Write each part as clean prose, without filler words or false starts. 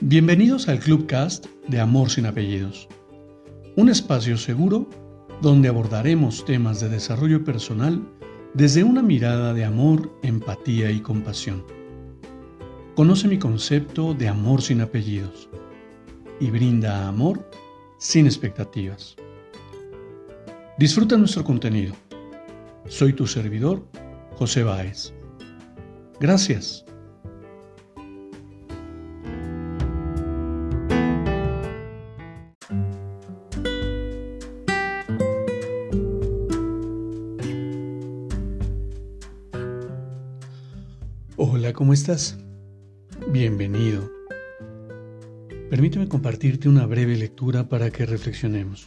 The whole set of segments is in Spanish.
Bienvenidos al Clubcast de Amor sin Apellidos, un espacio seguro donde abordaremos temas de desarrollo personal desde una mirada de amor, empatía y compasión. Conoce mi concepto de amor sin apellidos y brinda amor sin expectativas. Disfruta nuestro contenido. Soy tu servidor, José Báez. Gracias. Hola, ¿cómo estás? Bienvenido. Permíteme compartirte una breve lectura para que reflexionemos.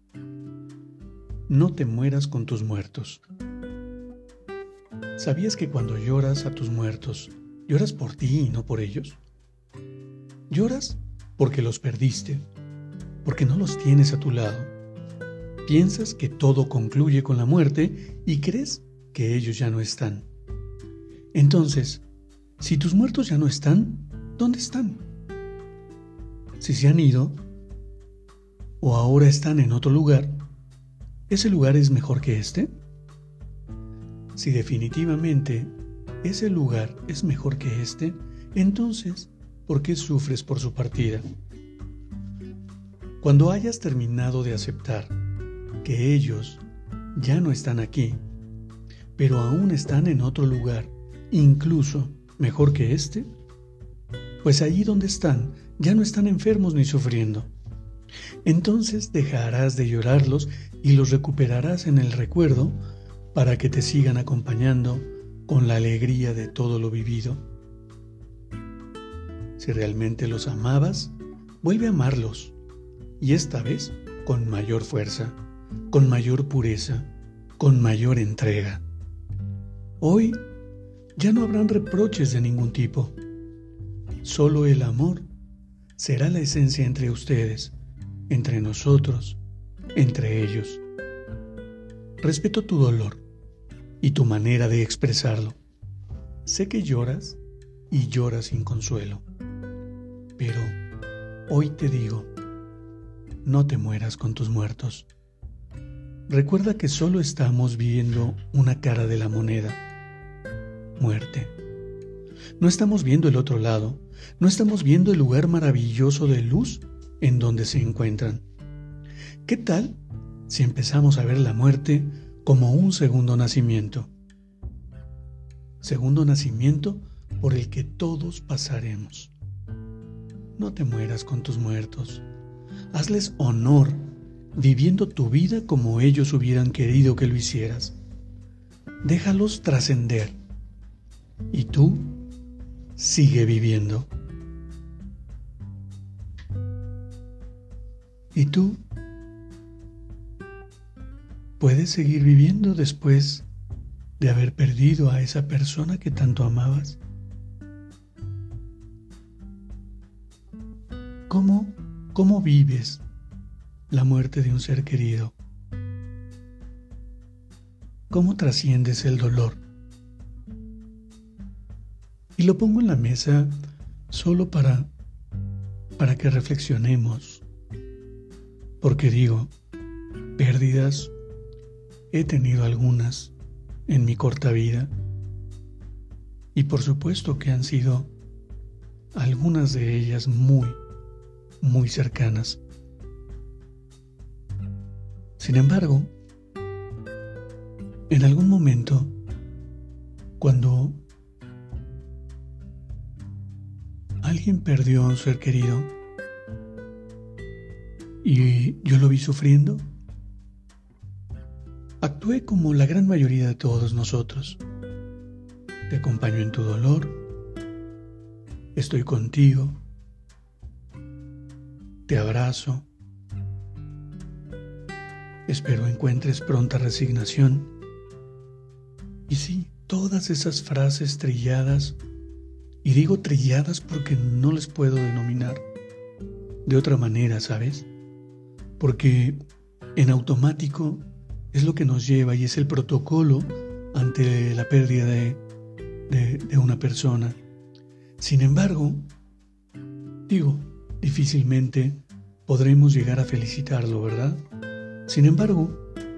No te mueras con tus muertos. ¿Sabías que cuando lloras a tus muertos, lloras por ti y no por ellos? Lloras porque los perdiste, porque no los tienes a tu lado. Piensas que todo concluye con la muerte y crees que ellos ya no están. Entonces, si tus muertos ya no están, ¿dónde están? Si se han ido o ahora están en otro lugar, ¿ese lugar es mejor que este? Si definitivamente ese lugar es mejor que este, entonces, ¿por qué sufres por su partida? Cuando hayas terminado de aceptar que ellos ya no están aquí, pero aún están en otro lugar, incluso mejor que este, pues allí donde están ya no están enfermos ni sufriendo. Entonces dejarás de llorarlos y los recuperarás en el recuerdo para que te sigan acompañando con la alegría de todo lo vivido. Si realmente los amabas, vuelve a amarlos, y esta vez con mayor fuerza, con mayor pureza, con mayor entrega. Hoy ya no habrán reproches de ningún tipo. Solo el amor será la esencia entre ustedes, entre nosotros, entre ellos. Respeto tu dolor y tu manera de expresarlo. Sé que lloras y lloras sin consuelo. Pero hoy te digo, no te mueras con tus muertos. Recuerda que solo estamos viendo una cara de la moneda. Muerte. No estamos viendo el otro lado, no estamos viendo el lugar maravilloso de luz en donde se encuentran. ¿Qué tal si empezamos a ver la muerte como un segundo nacimiento? Segundo nacimiento por el que todos pasaremos. No te mueras con tus muertos. Hazles honor viviendo tu vida como ellos hubieran querido que lo hicieras. Déjalos trascender. Y tú sigue viviendo. ¿Y tú? ¿Puedes seguir viviendo después de haber perdido a esa persona que tanto amabas? ¿Cómo vives la muerte de un ser querido? ¿Cómo trasciendes el dolor? Y lo pongo en la mesa solo para que reflexionemos. Porque digo, pérdidas, he tenido algunas en mi corta vida. Y por supuesto que han sido algunas de ellas muy, muy cercanas. Sin embargo, en algún momento, cuando alguien perdió a un ser querido y yo lo vi sufriendo, actué como la gran mayoría de todos nosotros. Te acompaño en tu dolor, estoy contigo, te abrazo, espero encuentres pronta resignación. Y sí, todas esas frases trilladas. Y digo trilladas porque no les puedo denominar de otra manera, ¿sabes? Porque en automático es lo que nos lleva y es el protocolo ante la pérdida de una persona. Sin embargo, Digo, difícilmente podremos llegar a felicitarlo, ¿verdad? Sin embargo,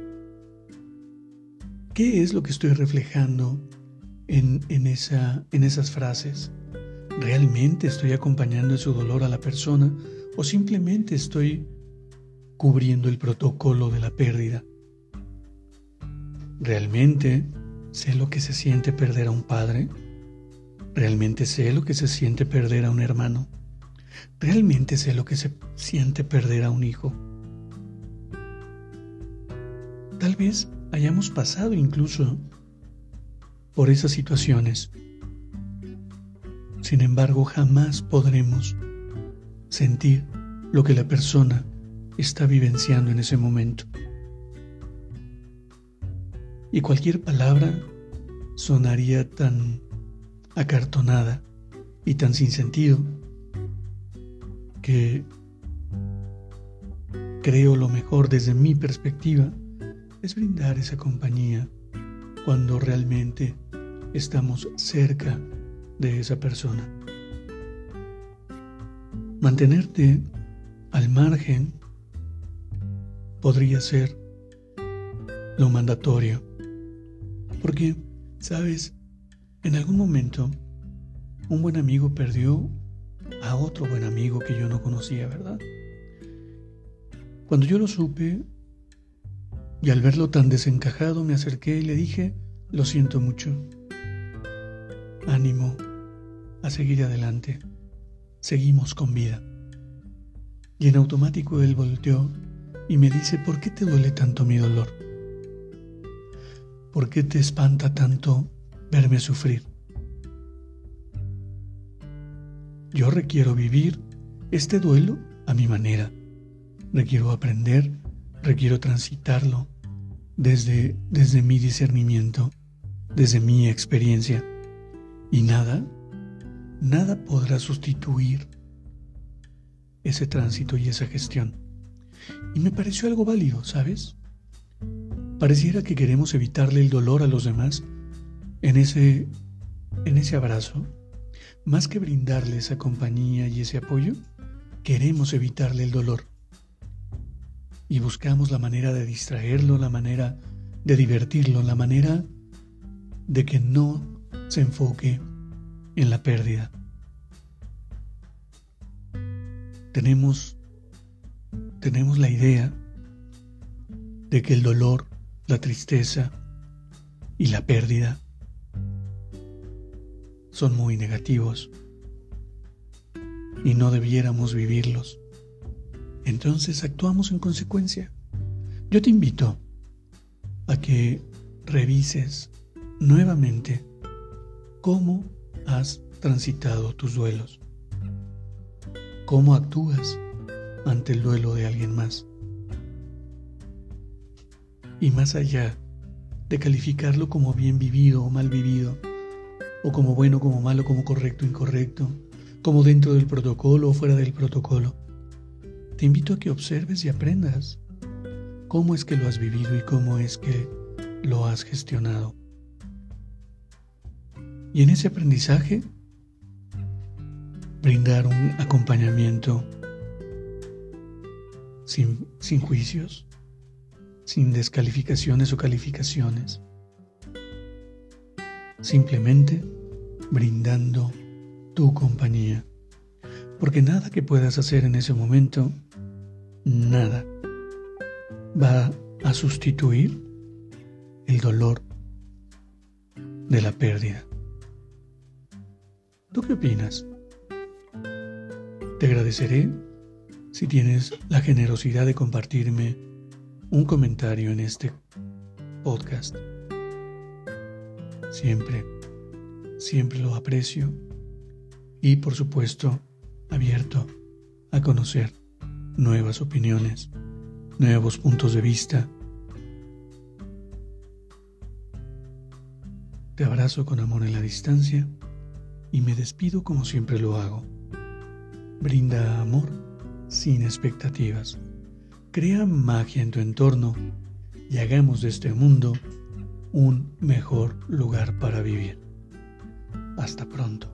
¿qué es lo que estoy reflejando en esas frases? ¿Realmente estoy acompañando su dolor a la persona o simplemente estoy cubriendo el protocolo de la pérdida? ¿Realmente sé lo que se siente perder a un padre? ¿Realmente sé lo que se siente perder a un hermano? ¿Realmente sé lo que se siente perder a un hijo? Tal vez hayamos pasado incluso por esas situaciones. Sin embargo, jamás podremos sentir lo que la persona está vivenciando en ese momento. Y cualquier palabra sonaría tan acartonada y tan sin sentido que creo lo mejor desde mi perspectiva es brindar esa compañía cuando realmente estamos cerca de esa persona. Mantenerte al margen podría ser lo mandatorio, porque, ¿sabes? En algún momento un buen amigo perdió a otro buen amigo que yo no conocía, ¿verdad? Cuando yo lo supe y al verlo tan desencajado me acerqué y le dije: lo siento mucho, ánimo a seguir adelante, seguimos con vida. Y en automático él volteó y me dice: ¿por qué te duele tanto mi dolor? ¿Por qué te espanta tanto verme sufrir? Yo requiero vivir este duelo a mi manera. Requiero aprender, requiero transitarlo desde mi discernimiento, desde mi experiencia. Y nada podrá sustituir ese tránsito y esa gestión. Y me pareció algo válido, ¿sabes? Pareciera que queremos evitarle el dolor a los demás en ese abrazo. Más que brindarle esa compañía y ese apoyo, queremos evitarle el dolor. Y buscamos la manera de distraerlo, la manera de divertirlo, la manera de que no se enfoque en la pérdida. Tenemos la idea de que el dolor, la tristeza y la pérdida son muy negativos y no debiéramos vivirlos. Entonces actuamos en consecuencia. Yo te invito a que revises nuevamente cómo has transitado tus duelos, cómo actúas ante el duelo de alguien más. Y más allá de calificarlo como bien vivido o mal vivido, o como bueno, como malo, como correcto, incorrecto, como dentro del protocolo o fuera del protocolo, te invito a que observes y aprendas cómo es que lo has vivido y cómo es que lo has gestionado. Y en ese aprendizaje, brindar un acompañamiento sin juicios, sin descalificaciones o calificaciones, simplemente brindando tu compañía. Porque nada que puedas hacer en ese momento, nada va a sustituir el dolor de la pérdida. ¿Tú qué opinas? Te agradeceré si tienes la generosidad de compartirme un comentario en este podcast. Siempre lo aprecio y, por supuesto, abierto a conocer nuevas opiniones, nuevos puntos de vista. Te abrazo con amor en la distancia y me despido como siempre lo hago. Brinda amor sin expectativas. Crea magia en tu entorno y hagamos de este mundo un mejor lugar para vivir. Hasta pronto.